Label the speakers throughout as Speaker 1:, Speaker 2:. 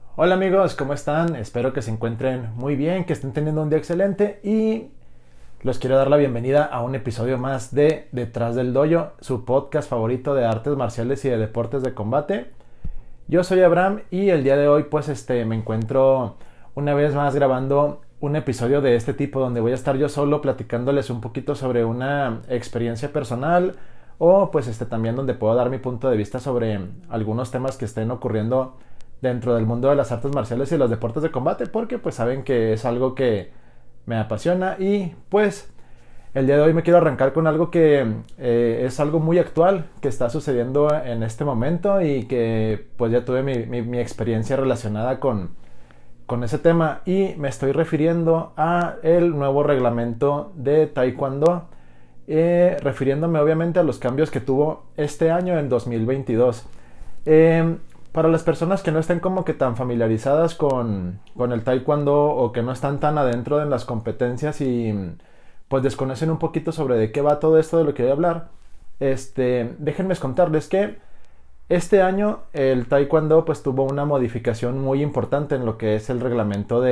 Speaker 1: Hola amigos, ¿cómo están? Espero que se encuentren muy bien, que estén teniendo un día excelente y los quiero dar la bienvenida a un episodio más de Detrás del Dojo, su podcast favorito de artes marciales y de deportes de combate. Yo soy Abraham y el día de hoy me encuentro una vez más grabando un episodio de este tipo donde voy a estar yo solo platicándoles un poquito sobre una experiencia personal o también donde puedo dar mi punto de vista sobre algunos temas que estén ocurriendo dentro del mundo de las artes marciales y los deportes de combate, porque pues saben que es algo que me apasiona. Y pues el día de hoy me quiero arrancar con algo que es algo muy actual que está sucediendo en este momento y que pues ya tuve mi experiencia relacionada con ese tema, y me estoy refiriendo a el nuevo reglamento de Taekwondo, refiriéndome obviamente a los cambios que tuvo este año en 2022. Eh, para las personas que no estén como que tan familiarizadas con el taekwondo o que no están tan adentro en las competencias y pues desconocen un poquito sobre de qué va todo esto de lo que voy a hablar, déjenme contarles que este año el taekwondo pues tuvo una modificación muy importante en lo que es el reglamento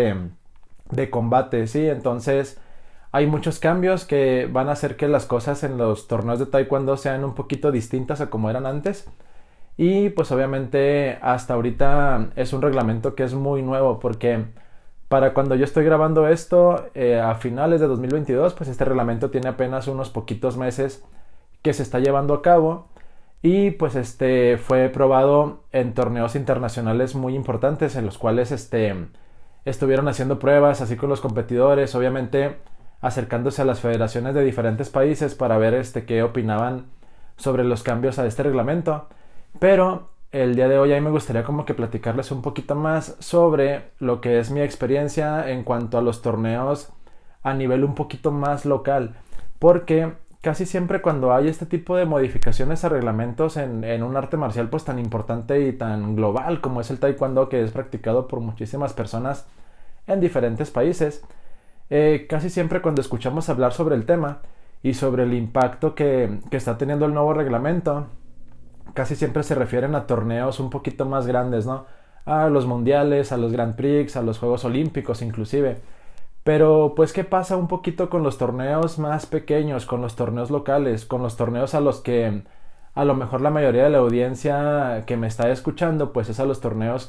Speaker 1: de combate, ¿sí? Entonces hay muchos cambios que van a hacer que las cosas en los torneos de taekwondo sean un poquito distintas a como eran antes. Y pues obviamente hasta ahorita es un reglamento que es muy nuevo, porque para cuando yo estoy grabando esto, a finales de 2022, pues este reglamento tiene apenas unos poquitos meses que se está llevando a cabo. Y pues fue probado en torneos internacionales muy importantes en los cuales estuvieron haciendo pruebas así con los competidores, obviamente acercándose a las federaciones de diferentes países para ver qué opinaban sobre los cambios a este reglamento. Pero el día de hoy a mí me gustaría como que platicarles un poquito más sobre lo que es mi experiencia en cuanto a los torneos a nivel un poquito más local, porque casi siempre cuando hay este tipo de modificaciones a reglamentos en un arte marcial pues tan importante y tan global como es el taekwondo, que es practicado por muchísimas personas en diferentes países, casi siempre cuando escuchamos hablar sobre el tema y sobre el impacto que está teniendo el nuevo reglamento, casi siempre se refieren a torneos un poquito más grandes, ¿no? A los mundiales, a los Grand Prix, a los Juegos Olímpicos inclusive. Pero pues ¿qué pasa un poquito con los torneos más pequeños, con los torneos locales, con los torneos a los que a lo mejor la mayoría de la audiencia que me está escuchando pues es a los torneos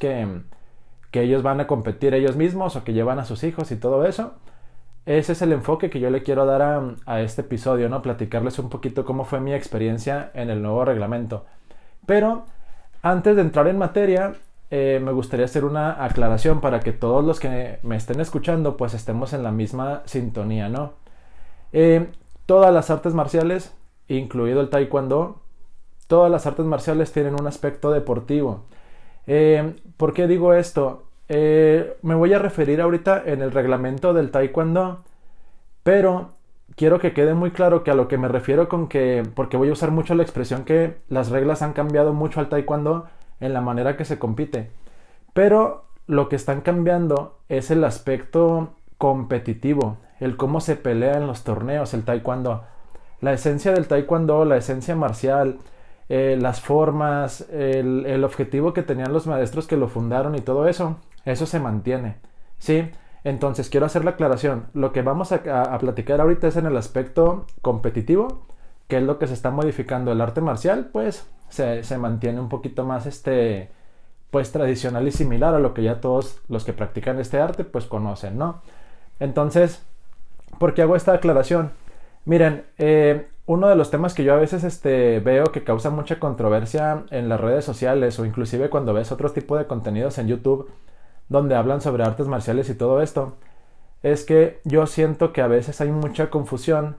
Speaker 1: que ellos van a competir ellos mismos o que llevan a sus hijos y todo eso? Ese es el enfoque que yo le quiero dar a este episodio, ¿no? Platicarles un poquito cómo fue mi experiencia en el nuevo reglamento. Pero antes de entrar en materia, me gustaría hacer una aclaración para que todos los que me estén escuchando pues estemos en la misma sintonía, ¿no? Todas las artes marciales, incluido el taekwondo, todas las artes marciales tienen un aspecto deportivo. ¿Por qué digo esto? Me voy a referir ahorita en el reglamento del taekwondo, pero quiero que quede muy claro que a lo que me refiero con que, porque voy a usar mucho la expresión que las reglas han cambiado mucho al taekwondo en la manera que se compite, pero lo que están cambiando es el aspecto competitivo, el cómo se pelea en los torneos, el taekwondo. La esencia del taekwondo, la esencia marcial, las formas, el objetivo que tenían los maestros que lo fundaron y todo eso, eso se mantiene, ¿sí? Entonces quiero hacer la aclaración. Lo que vamos a platicar ahorita es en el aspecto competitivo, que es lo que se está modificando. El arte marcial pues se mantiene un poquito más pues tradicional y similar a lo que ya todos los que practican este arte pues conocen, ¿no? Entonces, ¿por qué hago esta aclaración? Miren, uno de los temas que yo a veces veo que causa mucha controversia en las redes sociales o inclusive cuando ves otro tipo de contenidos en YouTube donde hablan sobre artes marciales y todo esto, es que yo siento que a veces hay mucha confusión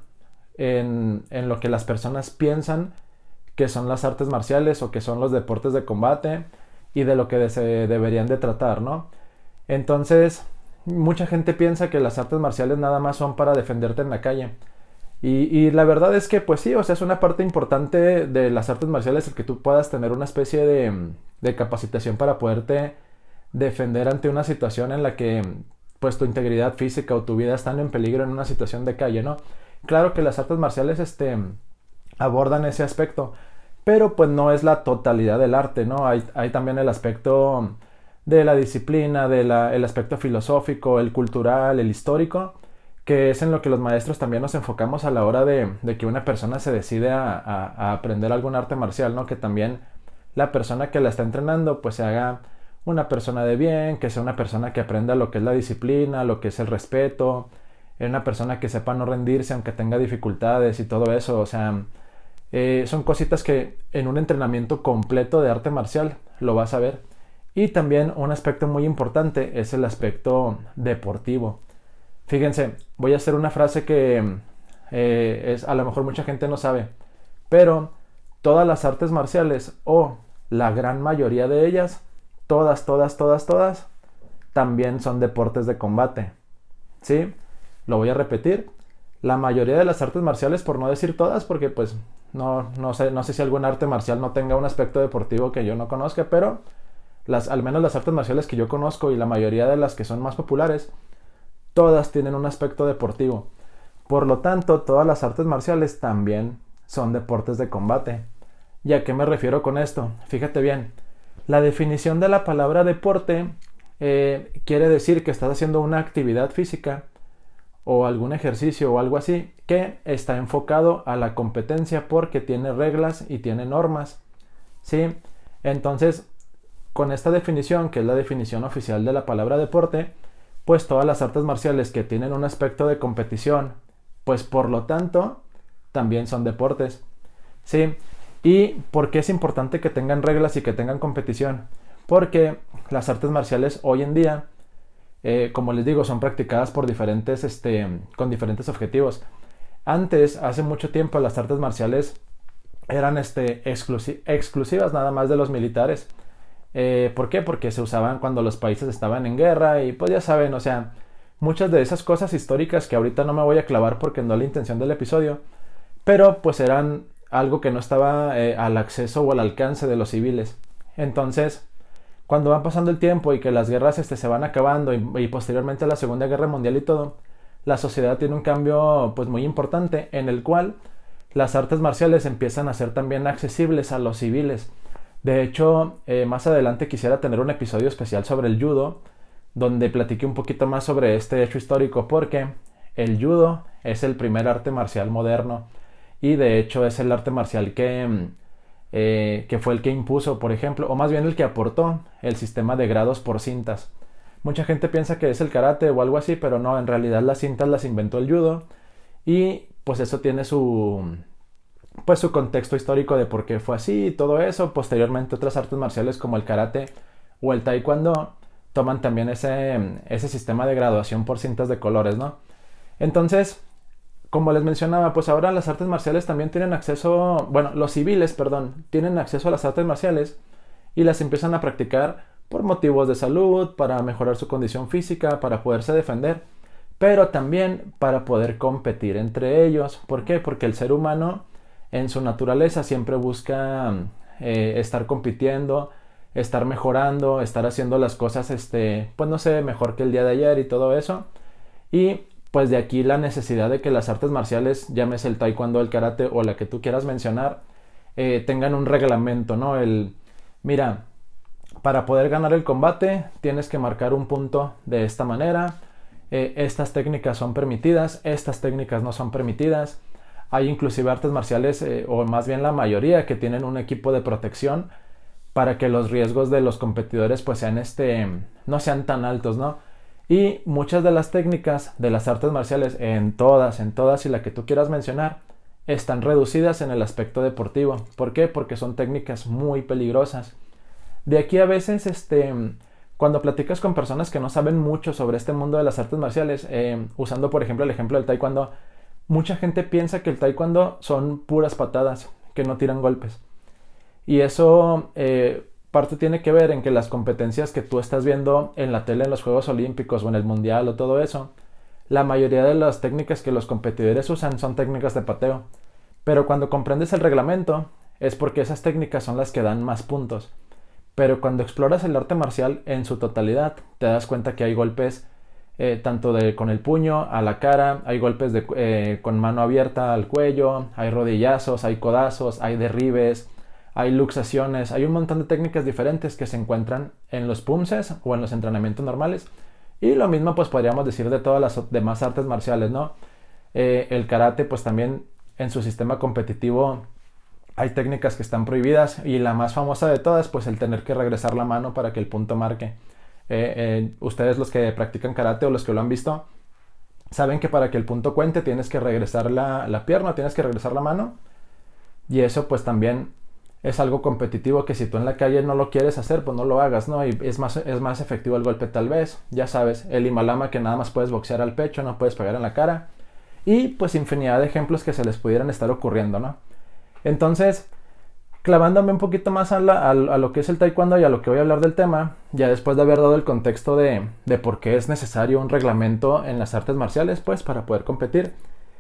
Speaker 1: en lo que las personas piensan que son las artes marciales o que son los deportes de combate y de lo que se deberían de tratar, ¿no? Entonces, mucha gente piensa que las artes marciales nada más son para defenderte en la calle. Y la verdad es que, pues sí, o sea, es una parte importante de las artes marciales el que tú puedas tener una especie de capacitación para poderte defender ante una situación en la que pues tu integridad física o tu vida están en peligro en una situación de calle, ¿no? Claro que las artes marciales abordan ese aspecto, pero pues no es la totalidad del arte, ¿no? Hay también el aspecto de la disciplina, el aspecto filosófico, el cultural, el histórico, que es en lo que los maestros también nos enfocamos a la hora de que una persona se decide a aprender algún arte marcial, ¿no? Que también la persona que la está entrenando pues se haga una persona de bien, que sea una persona que aprenda lo que es la disciplina, lo que es el respeto, una persona que sepa no rendirse aunque tenga dificultades y todo eso. O sea, son cositas que en un entrenamiento completo de arte marcial lo vas a ver. Y también un aspecto muy importante es el aspecto deportivo. Fíjense, voy a hacer una frase que a lo mejor mucha gente no sabe, pero todas las artes marciales, o la gran mayoría de ellas, todas, también son deportes de combate. ¿Sí? Lo voy a repetir. La mayoría de las artes marciales, por no decir todas, porque pues no sé si algún arte marcial no tenga un aspecto deportivo que yo no conozca, pero al menos las artes marciales que yo conozco y la mayoría de las que son más populares, todas tienen un aspecto deportivo. Por lo tanto, todas las artes marciales también son deportes de combate. ¿Y a qué me refiero con esto? Fíjate bien, la definición de la palabra deporte quiere decir que estás haciendo una actividad física o algún ejercicio o algo así que está enfocado a la competencia porque tiene reglas y tiene normas. ¿Sí? Entonces, con esta definición, que es la definición oficial de la palabra deporte, pues todas las artes marciales que tienen un aspecto de competición, pues por lo tanto, también son deportes. ¿Sí? ¿Y por qué es importante que tengan reglas y que tengan competición? Porque las artes marciales hoy en día, como les digo, son practicadas por con diferentes objetivos. Antes, hace mucho tiempo, las artes marciales eran exclusivas nada más de los militares. ¿Por qué? Porque se usaban cuando los países estaban en guerra y pues ya saben, o sea, muchas de esas cosas históricas que ahorita no me voy a clavar porque no es la intención del episodio, pero pues eran algo que no estaba al acceso o al alcance de los civiles. Entonces, cuando va pasando el tiempo y que las guerras se van acabando y posteriormente la Segunda Guerra Mundial y todo, la sociedad tiene un cambio pues muy importante en el cual las artes marciales empiezan a ser también accesibles a los civiles. De hecho, más adelante quisiera tener un episodio especial sobre el judo, donde platique un poquito más sobre este hecho histórico, porque el judo es el primer arte marcial moderno y de hecho es el arte marcial que fue el que impuso, por ejemplo, o más bien el que aportó el sistema de grados por cintas. Mucha gente piensa que es el karate o algo así, pero no, en realidad las cintas las inventó el judo y pues eso tiene su contexto histórico de por qué fue así y todo eso. Posteriormente otras artes marciales como el karate o el taekwondo toman también ese sistema de graduación por cintas de colores, ¿no? Entonces, como les mencionaba, pues ahora las artes marciales también tienen acceso, bueno, los civiles, perdón, tienen acceso a las artes marciales y las empiezan a practicar por motivos de salud, para mejorar su condición física, para poderse defender, pero también para poder competir entre ellos. ¿Por qué? Porque el ser humano en su naturaleza siempre busca estar compitiendo, estar mejorando, estar haciendo las cosas, pues no sé, mejor que el día de ayer y todo eso. Y pues de aquí la necesidad de que las artes marciales, llámese el taekwondo, el karate o la que tú quieras mencionar, tengan un reglamento, ¿no? Mira, para poder ganar el combate tienes que marcar un punto de esta manera, estas técnicas son permitidas, estas técnicas no son permitidas. Hay inclusive artes marciales, o más bien la mayoría, que tienen un equipo de protección para que los riesgos de los competidores pues no sean tan altos, ¿no? Y muchas de las técnicas de las artes marciales, en todas y la que tú quieras mencionar, están reducidas en el aspecto deportivo. ¿Por qué? Porque son técnicas muy peligrosas. De aquí a veces, cuando platicas con personas que no saben mucho sobre este mundo de las artes marciales, usando por ejemplo el ejemplo del taekwondo, mucha gente piensa que el taekwondo son puras patadas, que no tiran golpes. Y eso parte tiene que ver en que las competencias que tú estás viendo en la tele, en los Juegos Olímpicos o en el Mundial o todo eso, la mayoría de las técnicas que los competidores usan son técnicas de pateo. Pero cuando comprendes el reglamento, es porque esas técnicas son las que dan más puntos. Pero cuando exploras el arte marcial en su totalidad, te das cuenta que hay golpes tanto con el puño a la cara, hay golpes con mano abierta al cuello, hay rodillazos, hay codazos, hay derribes, hay luxaciones, hay un montón de técnicas diferentes que se encuentran en los punces o en los entrenamientos normales. Y lo mismo pues podríamos decir de todas las demás artes marciales, ¿no? El karate pues también en su sistema competitivo hay técnicas que están prohibidas y la más famosa de todas pues el tener que regresar la mano para que el punto marque. Ustedes los que practican karate o los que lo han visto saben que para que el punto cuente tienes que regresar la pierna, tienes que regresar la mano, y eso pues también es algo competitivo que si tú en la calle no lo quieres hacer, pues no lo hagas, ¿no? Y es más efectivo el golpe tal vez, ya sabes, el Himalama que nada más puedes boxear al pecho, no puedes pegar en la cara, y pues infinidad de ejemplos que se les pudieran estar ocurriendo, ¿no? Entonces, clavándome un poquito más a lo que es el taekwondo y a lo que voy a hablar del tema, ya después de haber dado el contexto de por qué es necesario un reglamento en las artes marciales, pues para poder competir.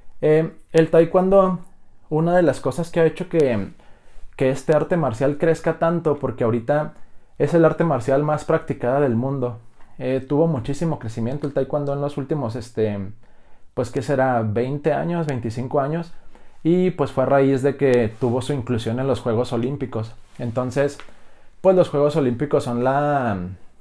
Speaker 1: El taekwondo, una de las cosas que ha hecho que este arte marcial crezca tanto, porque ahorita es el arte marcial más practicada del mundo. Tuvo muchísimo crecimiento el taekwondo en los últimos, pues ¿qué será? 20 años, 25 años. Y pues fue a raíz de que tuvo su inclusión en los Juegos Olímpicos. Entonces, pues los Juegos Olímpicos son la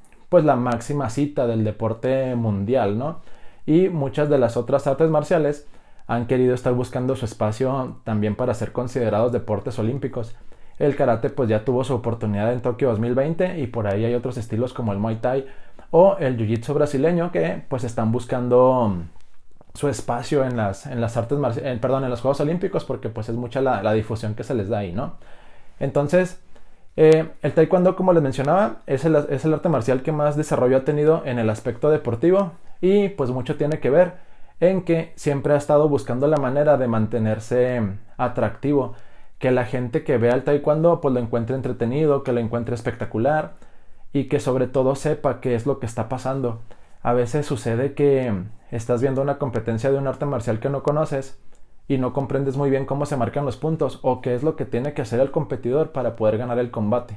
Speaker 1: máxima cita del deporte mundial, ¿no? Y muchas de las otras artes marciales han querido estar buscando su espacio también para ser considerados deportes olímpicos. El karate pues ya tuvo su oportunidad en Tokio 2020 y por ahí hay otros estilos como el Muay Thai o el Jiu-Jitsu brasileño que pues están buscando su espacio en las artes marciales, en los Juegos Olímpicos, porque pues es mucha la difusión que se les da ahí, ¿no? Entonces, el taekwondo, como les mencionaba, es el arte marcial que más desarrollo ha tenido en el aspecto deportivo y pues mucho tiene que ver en que siempre ha estado buscando la manera de mantenerse atractivo, que la gente que vea el taekwondo pues lo encuentre entretenido, que lo encuentre espectacular y que sobre todo sepa qué es lo que está pasando. A veces sucede que estás viendo una competencia de un arte marcial que no conoces y no comprendes muy bien cómo se marcan los puntos o qué es lo que tiene que hacer el competidor para poder ganar el combate.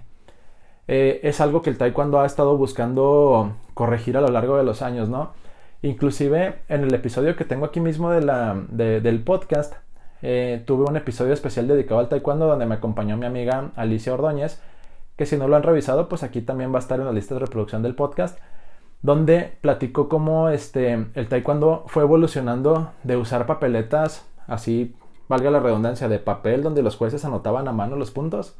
Speaker 1: Es algo que el taekwondo ha estado buscando corregir a lo largo de los años, ¿no? Inclusive en el episodio que tengo aquí mismo del podcast, tuve un episodio especial dedicado al taekwondo donde me acompañó mi amiga Alicia Ordóñez, que si no lo han revisado, pues aquí también va a estar en la lista de reproducción del podcast, donde platicó cómo el taekwondo fue evolucionando de usar papeletas, así valga la redundancia, de papel donde los jueces anotaban a mano los puntos,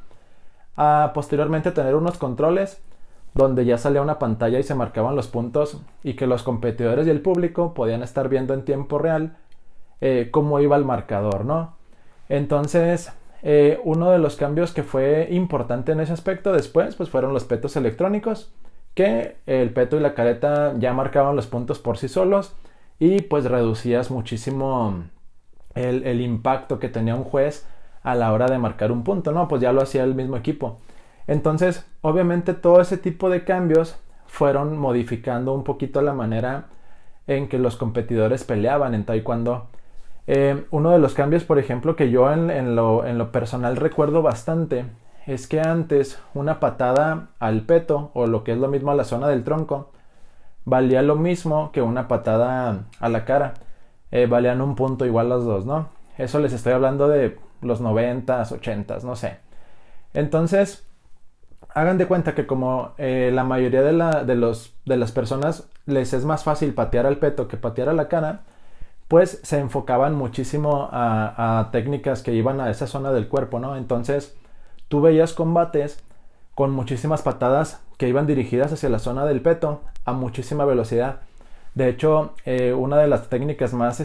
Speaker 1: a posteriormente tener unos controles donde ya salía una pantalla y se marcaban los puntos y que los competidores y el público podían estar viendo en tiempo real cómo iba el marcador, ¿no? Entonces, uno de los cambios que fue importante en ese aspecto después, pues fueron los petos electrónicos, que el peto y la careta ya marcaban los puntos por sí solos y pues reducías muchísimo el impacto que tenía un juez a la hora de marcar un punto, ¿no? Pues ya lo hacía el mismo equipo. Entonces, obviamente todo ese tipo de cambios fueron modificando un poquito la manera en que los competidores peleaban en taekwondo. Uno de los cambios, por ejemplo, que yo en lo personal recuerdo bastante es que antes una patada al peto o lo que es lo mismo a la zona del tronco valía lo mismo que una patada a la cara. Valían un punto igual las dos, ¿no? Eso les estoy hablando de los 90s, 80s, no sé. Entonces, hagan de cuenta que como la mayoría de las personas les es más fácil patear al peto que patear a la cara, pues se enfocaban muchísimo a técnicas que iban a esa zona del cuerpo, ¿no? Entonces, tú veías combates con muchísimas patadas que iban dirigidas hacia la zona del peto a muchísima velocidad. De hecho, una de las técnicas más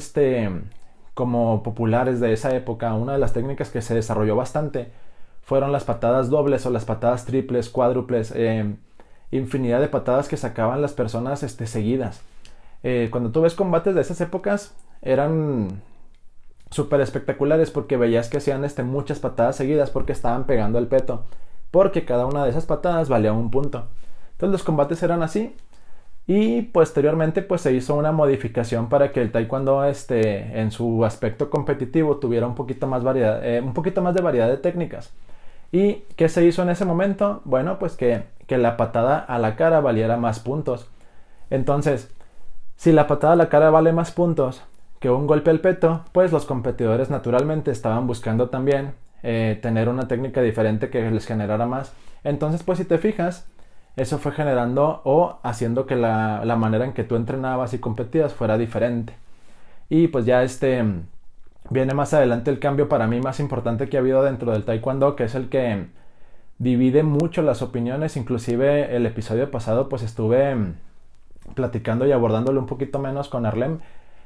Speaker 1: como populares de esa época, una de las técnicas que se desarrolló bastante, fueron las patadas dobles o las patadas triples, cuádruples, infinidad de patadas que sacaban las personas seguidas. Cuando tú ves combates de esas épocas, eran súper espectaculares porque veías que hacían muchas patadas seguidas porque estaban pegando el peto, porque cada una de esas patadas valía un punto. Entonces los combates eran así y posteriormente pues se hizo una modificación para que el taekwondo en su aspecto competitivo tuviera un poquito más de variedad de técnicas. ¿Y qué se hizo en ese momento? Bueno, pues que la patada a la cara valiera más puntos. Entonces, si la patada a la cara vale más puntos que un golpe al peto, pues los competidores naturalmente estaban buscando también tener una técnica diferente que les generara más. Entonces, pues si te fijas, eso fue generando o haciendo que la manera en que tú entrenabas y competías fuera diferente. Y pues ya viene más adelante el cambio para mí más importante que ha habido dentro del taekwondo, que es el que divide mucho las opiniones. Inclusive el episodio pasado pues estuve platicando y abordándolo un poquito menos con Arlem,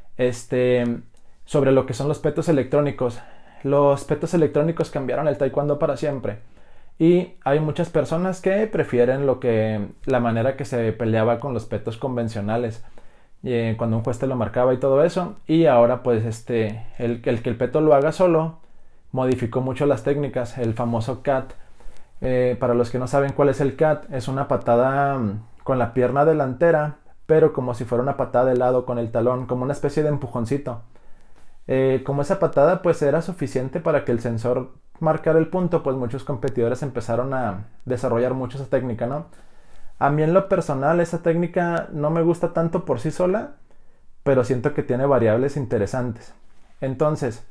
Speaker 1: sobre lo que son los petos electrónicos. Los petos electrónicos cambiaron el taekwondo para siempre. Y hay muchas personas que prefieren la manera que se peleaba con los petos convencionales, cuando un juez te lo marcaba y todo eso. Y ahora pues el que el peto lo haga solo modificó mucho las técnicas, el famoso cat. Para los que no saben cuál es el cat, es una patada con la pierna delantera, pero como si fuera una patada de lado con el talón, como una especie de empujoncito. Como esa patada pues era suficiente para que el sensor marcara el punto, pues muchos competidores empezaron a desarrollar mucho esa técnica, ¿no? A mí en lo personal esa técnica no me gusta tanto por sí sola, pero siento que tiene variables interesantes. Entonces,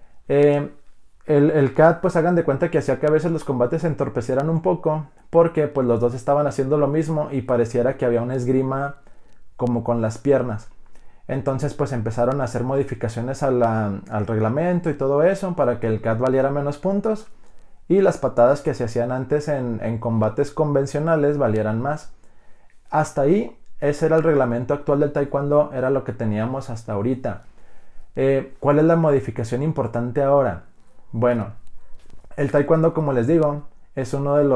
Speaker 1: el CAT pues hagan de cuenta que hacía que a veces los combates se entorpecieran un poco, porque pues los dos estaban haciendo lo mismo y pareciera que había una esgrima como con las piernas. Entonces pues empezaron a hacer modificaciones al reglamento y todo eso para que el CAT valiera menos puntos y las patadas que se hacían antes en combates convencionales valieran más. Hasta ahí ese era el reglamento actual del taekwondo, era lo que teníamos hasta ahorita. ¿Cuál es la modificación importante ahora? Bueno, el taekwondo, como les digo, es uno de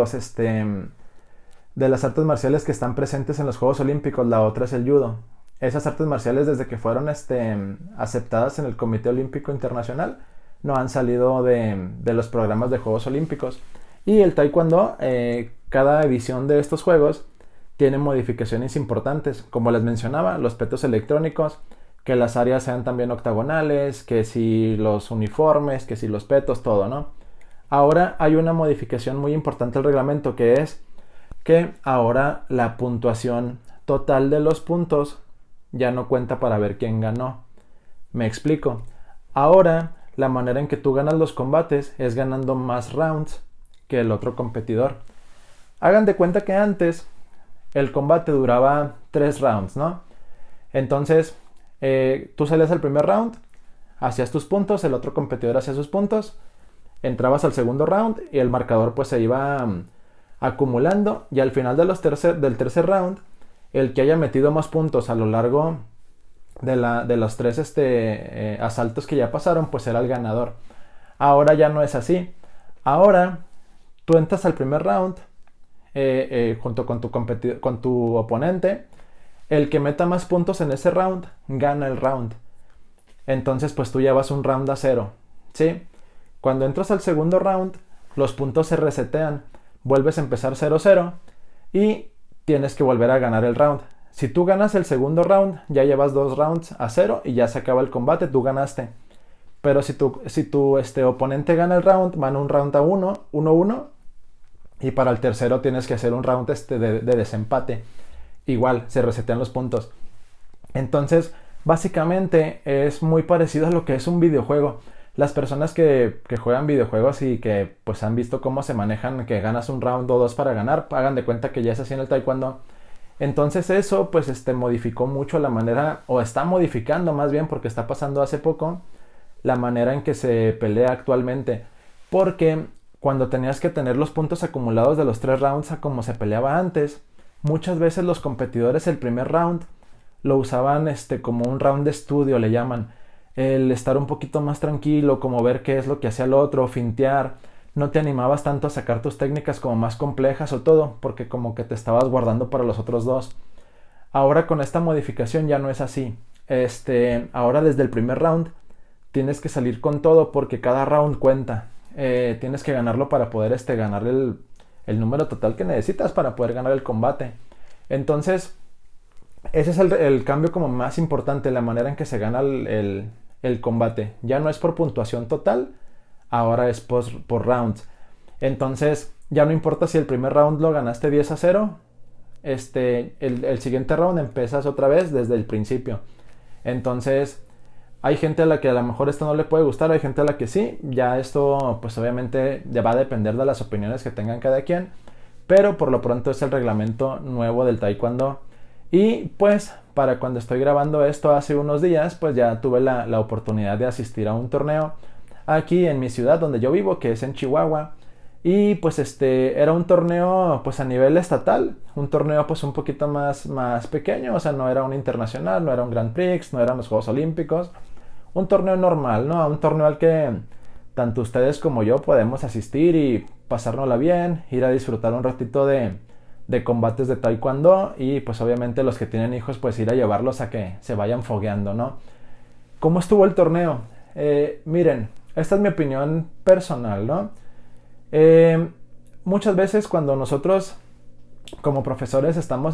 Speaker 1: las artes marciales que están presentes en los Juegos Olímpicos. La otra es el judo. Esas artes marciales, desde que fueron aceptadas en el Comité Olímpico Internacional, no han salido de los programas de Juegos Olímpicos. Y el taekwondo, cada edición de estos juegos tiene modificaciones importantes, como les mencionaba, los petos electrónicos, que las áreas sean también octagonales, que si los uniformes, que si los petos, todo, ¿no? Ahora hay una modificación muy importante al reglamento, que es que ahora la puntuación total de los puntos ya no cuenta para ver quién ganó. Me explico. Ahora la manera en que tú ganas los combates es ganando más rounds que el otro competidor. Hagan de cuenta que antes el combate duraba 3 rounds, ¿no? Entonces tú salías al primer round, hacías tus puntos, el otro competidor hacía sus puntos, entrabas al segundo round y el marcador pues se iba acumulando, y al final del tercer round, el que haya metido más puntos a lo largo de los 3 asaltos que ya pasaron, pues era el ganador. Ahora ya no es así. Ahora tú entras al primer round junto con tu oponente. El que meta más puntos en ese round gana el round. Entonces pues tú llevas un round a 0, ¿sí? Cuando entras al segundo round, los puntos se resetean, vuelves a empezar 0-0 y tienes que volver a ganar el round. Si tú ganas el segundo round, ya llevas 2 rounds a 0 y ya se acaba el combate, tú ganaste. Pero si tu oponente gana el round, van un round a 1-1, y para el tercero tienes que hacer un round de desempate. Igual, se resetean los puntos. Entonces, básicamente es muy parecido a lo que es un videojuego. Las personas que juegan videojuegos y que pues han visto cómo se manejan, que ganas un round o 2 para ganar, hagan de cuenta que ya es así en el taekwondo. Entonces eso pues modificó mucho la manera, o está modificando más bien, porque está pasando hace poco, la manera en que se pelea actualmente. Porque cuando tenías que tener los puntos acumulados de los 3 rounds a como se peleaba antes, muchas veces los competidores el primer round lo usaban como un round de estudio, le llaman. El estar un poquito más tranquilo, como ver qué es lo que hacía el otro, fintear. No te animabas tanto a sacar tus técnicas como más complejas o todo, porque como que te estabas guardando para los otros dos. Ahora con esta modificación ya no es así. Ahora desde el primer round tienes que salir con todo, porque cada round cuenta. Tienes que ganarlo para poder ganar el número total que necesitas para poder ganar el combate. Entonces ese es el cambio como más importante, la manera en que se gana el combate. Ya no es por puntuación total, ahora es por rounds. Entonces ya no importa si el primer round lo ganaste 10-0, el siguiente round empiezas otra vez desde el principio. Entonces Hay gente a la que a lo mejor esto no le puede gustar, hay gente a la que sí. Ya esto pues obviamente ya va a depender de las opiniones que tengan cada quien. Pero por lo pronto es el reglamento nuevo del taekwondo. Y pues para cuando estoy grabando esto hace unos días, pues ya tuve la oportunidad de asistir a un torneo aquí en mi ciudad donde yo vivo, que es en Chihuahua. Y pues era un torneo pues a nivel estatal, un torneo pues un poquito más pequeño, o sea, no era un internacional, no era un Grand Prix, no eran los Juegos Olímpicos, un torneo normal, ¿no? Un torneo al que tanto ustedes como yo podemos asistir y pasárnosla bien, ir a disfrutar un ratito de combates de taekwondo y pues obviamente los que tienen hijos pues ir a llevarlos a que se vayan fogueando, ¿no? ¿Cómo estuvo el torneo? Miren, esta es mi opinión personal, ¿no? Muchas veces cuando nosotros como profesores estamos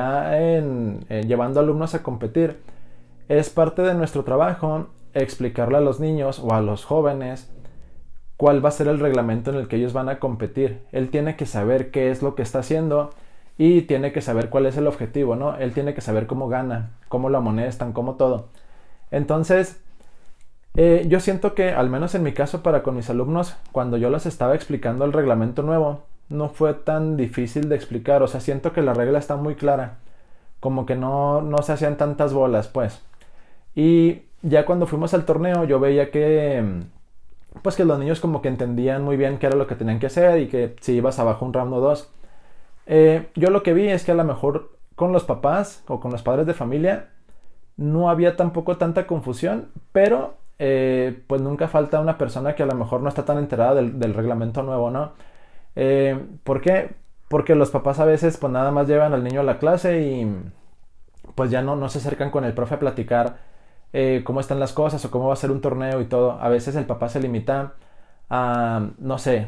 Speaker 1: llevando alumnos a competir, es parte de nuestro trabajo explicarle a los niños o a los jóvenes cuál va a ser el reglamento en el que ellos van a competir. Él tiene que saber qué es lo que está haciendo y tiene que saber cuál es el objetivo, ¿no? Él tiene que saber cómo gana, cómo lo amonestan, cómo todo. Entonces, yo siento que, al menos en mi caso para con mis alumnos, cuando yo les estaba explicando el reglamento nuevo, no fue tan difícil de explicar. O sea, siento que la regla está muy clara. Como que no se hacían tantas bolas, pues. Y ya cuando fuimos al torneo, yo veía pues que los niños como que entendían muy bien qué era lo que tenían que hacer y que si ibas abajo un round o dos. Yo lo que vi es que a lo mejor con los papás o con los padres de familia no había tampoco tanta confusión, pero pues nunca falta una persona que a lo mejor no está tan enterada del reglamento nuevo, ¿no? ¿Por qué? Porque los papás a veces pues nada más llevan al niño a la clase y pues ya no se acercan con el profe a platicar cómo están las cosas o cómo va a ser un torneo y todo. A veces el papá se limita a, no sé,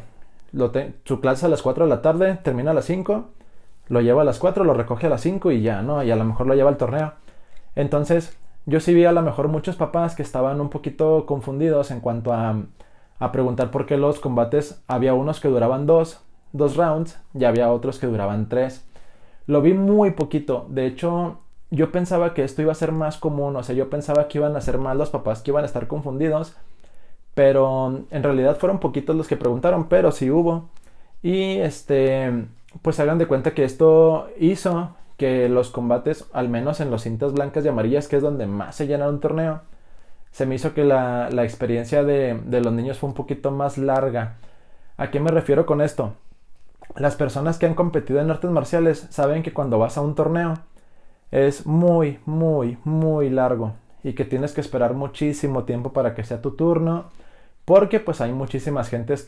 Speaker 1: su clase a las 4 de la tarde, termina a las 5, lo lleva a las 4, lo recoge a las 5 y ya, ¿no? Y a lo mejor lo lleva al torneo. Entonces, yo sí vi a lo mejor muchos papás que estaban un poquito confundidos en cuanto a preguntar por qué los combates, había unos que duraban dos rounds y había otros que duraban 3. Lo vi muy poquito. De hecho, yo pensaba que esto iba a ser más común. O sea, yo pensaba que iban a ser más los papás que iban a estar confundidos. Pero en realidad fueron poquitos los que preguntaron, pero sí hubo. Y pues hagan de cuenta que esto hizo que los combates, al menos en los cintas blancas y amarillas, que es donde más se llena un torneo, se me hizo que la experiencia de los niños fue un poquito más larga. ¿A qué me refiero con esto? Las personas que han competido en artes marciales saben que cuando vas a un torneo es muy, muy, muy largo y que tienes que esperar muchísimo tiempo para que sea tu turno, porque pues hay muchísima gente,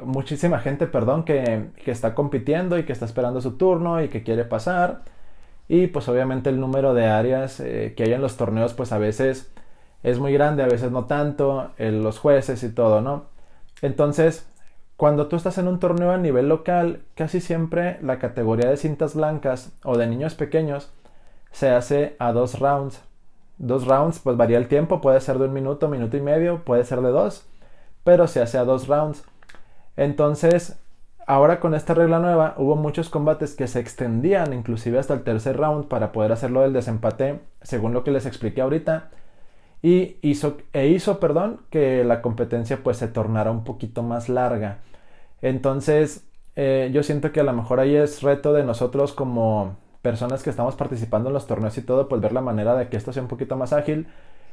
Speaker 1: perdón, que está compitiendo y que está esperando su turno y que quiere pasar. Y pues obviamente el número de áreas que hay en los torneos pues a veces es muy grande, a veces no tanto, los jueces y todo, ¿no? Entonces, cuando tú estás en un torneo a nivel local, casi siempre la categoría de cintas blancas o de niños pequeños se hace a 2 rounds. 2 rounds, pues varía el tiempo, puede ser de 1 minuto, minuto y medio, puede ser de 2, pero se hace a 2 rounds. Entonces, ahora con esta regla nueva, hubo muchos combates que se extendían inclusive hasta el tercer round para poder hacerlo del desempate, según lo que les expliqué ahorita. Y hizo que la competencia pues se tornara un poquito más larga. Entonces, yo siento que a lo mejor ahí es reto de nosotros como personas que estamos participando en los torneos y todo, pues ver la manera de que esto sea un poquito más ágil,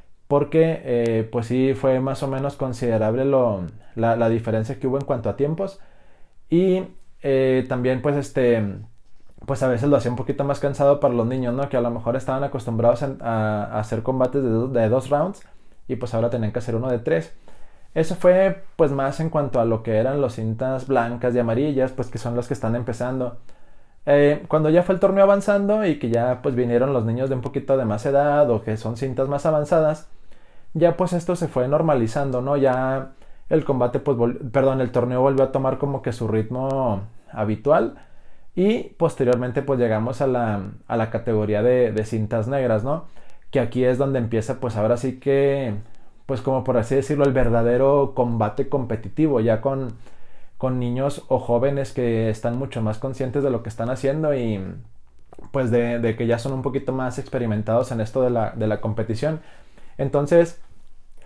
Speaker 1: porque pues sí fue más o menos considerable la diferencia que hubo en cuanto a tiempos. Y también pues a veces lo hacía un poquito más cansado para los niños, ¿no? Que a lo mejor estaban acostumbrados a hacer combates de 2 rounds y pues ahora tenían que hacer uno de 3. Eso fue pues más en cuanto a lo que eran los cintas blancas y amarillas, pues que son los que están empezando. Cuando ya fue el torneo avanzando y que ya pues vinieron los niños de un poquito de más edad o que son cintas más avanzadas, ya pues esto se fue normalizando, ¿no? Ya el combate pues, el torneo volvió a tomar como que su ritmo habitual y posteriormente pues llegamos a la categoría de cintas negras, ¿no? Que aquí es donde empieza pues ahora sí que, pues como por así decirlo, el verdadero combate competitivo, ya con niños o jóvenes que están mucho más conscientes de lo que están haciendo y pues de que ya son un poquito más experimentados en esto de la competición. Entonces,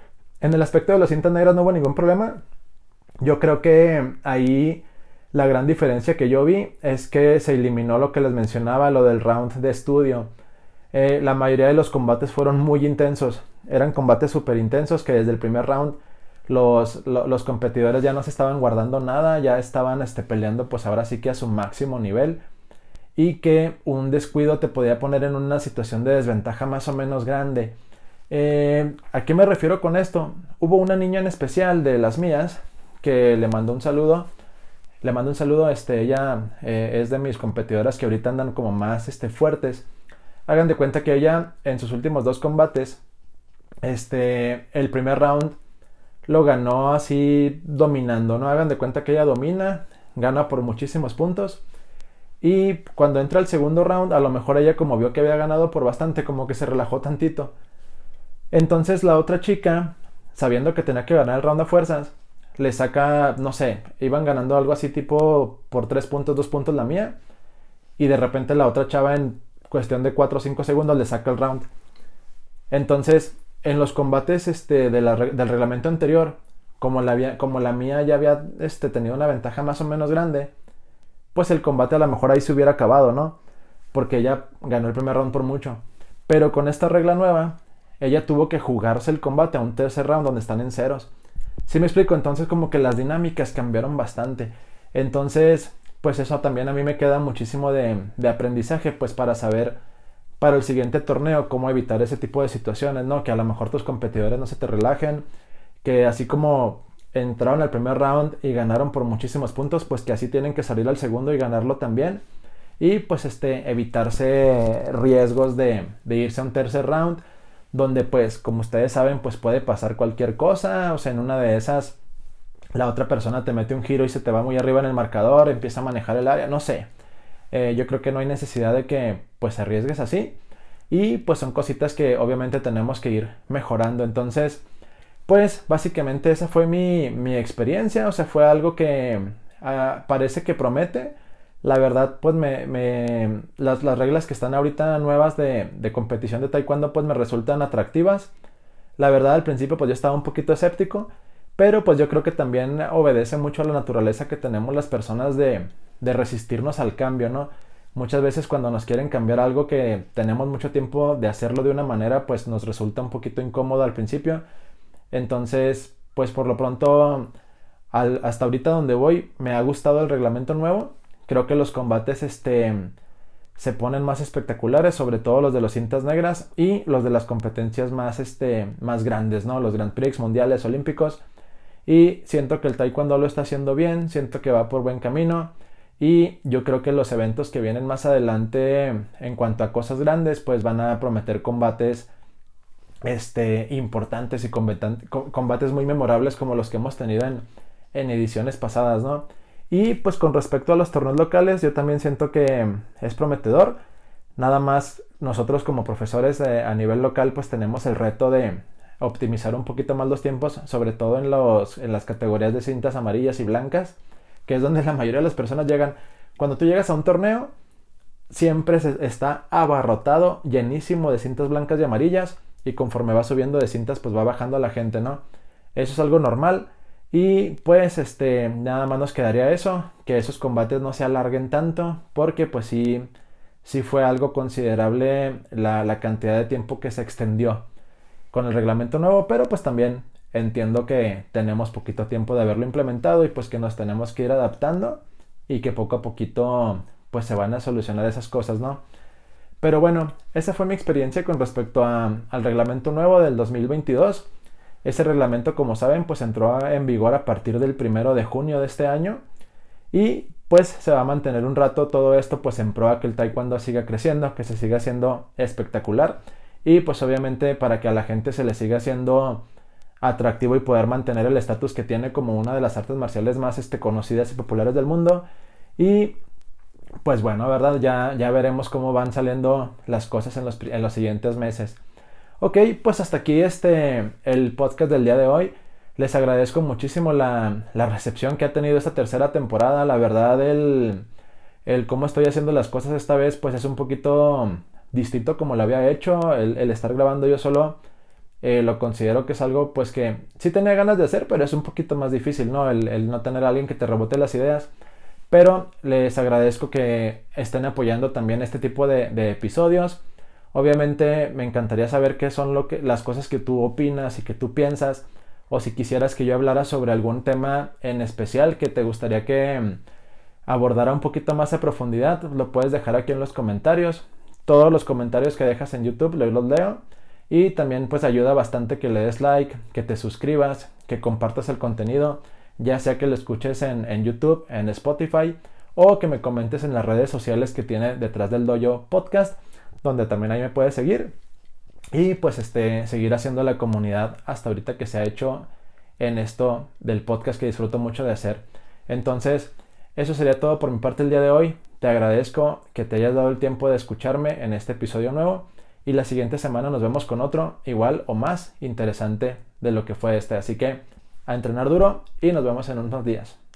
Speaker 1: En el aspecto de las cintas negras no hubo ningún problema. Yo creo que ahí la gran diferencia que yo vi es que se eliminó lo que les mencionaba, lo del round de estudio. La mayoría de los combates fueron muy intensos. Eran combates súper intensos que desde el primer round los competidores ya no se estaban guardando nada, ya estaban peleando pues ahora sí que a su máximo nivel, y que un descuido te podía poner en una situación de desventaja más o menos grande. ¿A qué me refiero con esto? Hubo una niña en especial de las mías que le mando un saludo. Ella es de mis competidoras que ahorita andan como más fuertes. Hagan de cuenta que ella en sus últimos 2 combates, el primer round lo ganó así dominando, ¿no? Hagan de cuenta que ella domina, gana por muchísimos puntos. Y cuando entra el segundo round, a lo mejor ella, como vio que había ganado por bastante, como que se relajó tantito. Entonces la otra chica, sabiendo que tenía que ganar el round a fuerzas, le saca, no sé, iban ganando algo así tipo por 3 puntos, 2 puntos la mía. Y de repente la otra chava en cuestión de 4 o 5 segundos le saca el round. Entonces, en los combates del reglamento anterior, como la mía ya había tenido una ventaja más o menos grande, pues el combate a lo mejor ahí se hubiera acabado, ¿no? Porque ella ganó el primer round por mucho. Pero con esta regla nueva, ella tuvo que jugarse el combate a un tercer round donde están en ceros. ¿Sí me explico? Entonces como que las dinámicas cambiaron bastante. Entonces, pues eso también a mí me queda muchísimo de aprendizaje, pues para saber para el siguiente torneo cómo evitar ese tipo de situaciones, ¿no? Que a lo mejor tus competidores no se te relajen, que así como entraron al primer round y ganaron por muchísimos puntos, pues que así tienen que salir al segundo y ganarlo también. Y pues evitarse riesgos de irse a un tercer round, donde pues como ustedes saben pues puede pasar cualquier cosa. O sea, en una de esas la otra persona te mete un giro y se te va muy arriba en el marcador, empieza a manejar el área, no sé. Yo creo que no hay necesidad de que pues arriesgues así, y pues son cositas que obviamente tenemos que ir mejorando. Entonces pues básicamente esa fue mi experiencia. O sea, fue algo que parece que promete. La verdad, pues las reglas que están ahorita nuevas de competición de taekwondo pues me resultan atractivas. La verdad, al principio pues yo estaba un poquito escéptico, pero pues yo creo que también obedece mucho a la naturaleza que tenemos las personas de resistirnos al cambio, ¿no? Muchas veces cuando nos quieren cambiar algo que tenemos mucho tiempo de hacerlo de una manera, pues nos resulta un poquito incómodo al principio. Entonces, pues por lo pronto, hasta ahorita donde voy, me ha gustado el reglamento nuevo. Creo que los combates se ponen más espectaculares, sobre todo los de las cintas negras y los de las competencias más grandes, ¿no? Los Grand Prix, mundiales, olímpicos. Y siento que el taekwondo lo está haciendo bien, siento que va por buen camino. Y yo creo que los eventos que vienen más adelante en cuanto a cosas grandes, pues van a prometer combates importantes y combates muy memorables como los que hemos tenido en ediciones pasadas, ¿no? Y pues con respecto a los torneos locales, yo también siento que es prometedor. Nada más nosotros como profesores a nivel local pues tenemos el reto de optimizar un poquito más los tiempos, sobre todo en las categorías de cintas amarillas y blancas, que es donde la mayoría de las personas llegan. Cuando tú llegas a un torneo, siempre está abarrotado, llenísimo de cintas blancas y amarillas, y conforme va subiendo de cintas pues va bajando la gente, ¿no? Eso es algo normal. Y pues nada más nos quedaría eso, que esos combates no se alarguen tanto, porque pues sí fue algo considerable la cantidad de tiempo que se extendió con el reglamento nuevo. Pero pues también entiendo que tenemos poquito tiempo de haberlo implementado y pues que nos tenemos que ir adaptando, y que poco a poquito pues se van a solucionar esas cosas, ¿no? Pero bueno, esa fue mi experiencia con respecto al reglamento nuevo del 2022. Ese reglamento, como saben, pues entró en vigor a partir del 1 de junio de este año, y pues se va a mantener un rato todo esto pues en pro a que el taekwondo siga creciendo, que se siga haciendo espectacular, y pues obviamente para que a la gente se le siga haciendo atractivo y poder mantener el estatus que tiene como una de las artes marciales más conocidas y populares del mundo. Y pues bueno, ¿verdad? Ya veremos cómo van saliendo las cosas en los siguientes meses. Ok, pues hasta aquí el podcast del día de hoy. Les agradezco muchísimo la recepción que ha tenido esta tercera temporada. La verdad, el cómo estoy haciendo las cosas esta vez pues es un poquito distinto como lo había hecho. El estar grabando yo solo Lo considero que es algo pues que sí tenía ganas de hacer, pero es un poquito más difícil, ¿no? El no tener a alguien que te rebote las ideas. Pero les agradezco que estén apoyando también este tipo de episodios. Obviamente me encantaría saber qué son las cosas que tú opinas y que tú piensas. O si quisieras que yo hablara sobre algún tema en especial que te gustaría que abordara un poquito más a profundidad, lo puedes dejar aquí en los comentarios. Todos los comentarios que dejas en YouTube los leo. Y también pues ayuda bastante que le des like, que te suscribas, que compartas el contenido, ya sea que lo escuches en YouTube, en Spotify, o que me comentes en las redes sociales que tiene Detrás del Dojo Podcast, donde también ahí me puedes seguir. Y pues seguir haciendo la comunidad hasta ahorita que se ha hecho en esto del podcast que disfruto mucho de hacer. Entonces, eso sería todo por mi parte el día de hoy. Te agradezco que te hayas dado el tiempo de escucharme en este episodio nuevo. Y la siguiente semana nos vemos con otro igual o más interesante de lo que fue este. Así que a entrenar duro y nos vemos en unos días.